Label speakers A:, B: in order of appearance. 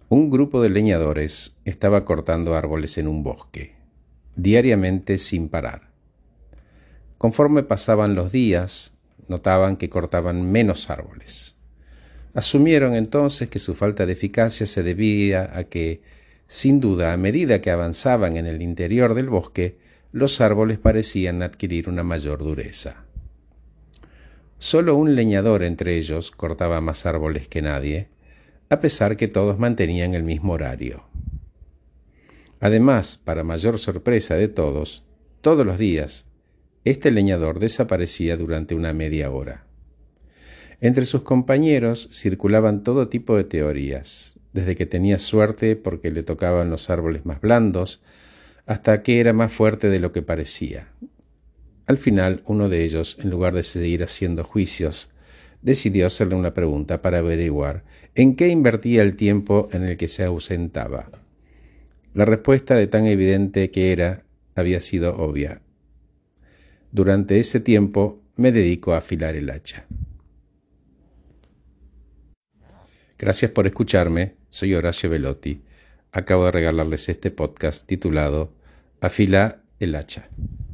A: Un grupo de leñadores estaba cortando árboles en un bosque, diariamente sin parar. Conforme pasaban los días, notaban que cortaban menos árboles. Asumieron entonces que su falta de eficacia se debía a que, sin duda, a medida que avanzaban en el interior del bosque, los árboles parecían adquirir una mayor dureza. Solo un leñador entre ellos cortaba más árboles que nadie, a pesar que todos mantenían el mismo horario. Además, para mayor sorpresa de todos los días, este leñador desaparecía durante una media hora. Entre sus compañeros circulaban todo tipo de teorías, desde que tenía suerte porque le tocaban los árboles más blandos, hasta que era más fuerte de lo que parecía. Al final, uno de ellos, en lugar de seguir haciendo juicios, decidió hacerle una pregunta para averiguar en qué invertía el tiempo en el que se ausentaba. La respuesta, de tan evidente que era, había sido obvia. Durante ese tiempo me dedico a afilar el hacha. Gracias por escucharme, soy Horacio Velotti. Acabo de regalarles este podcast titulado Afila el hacha.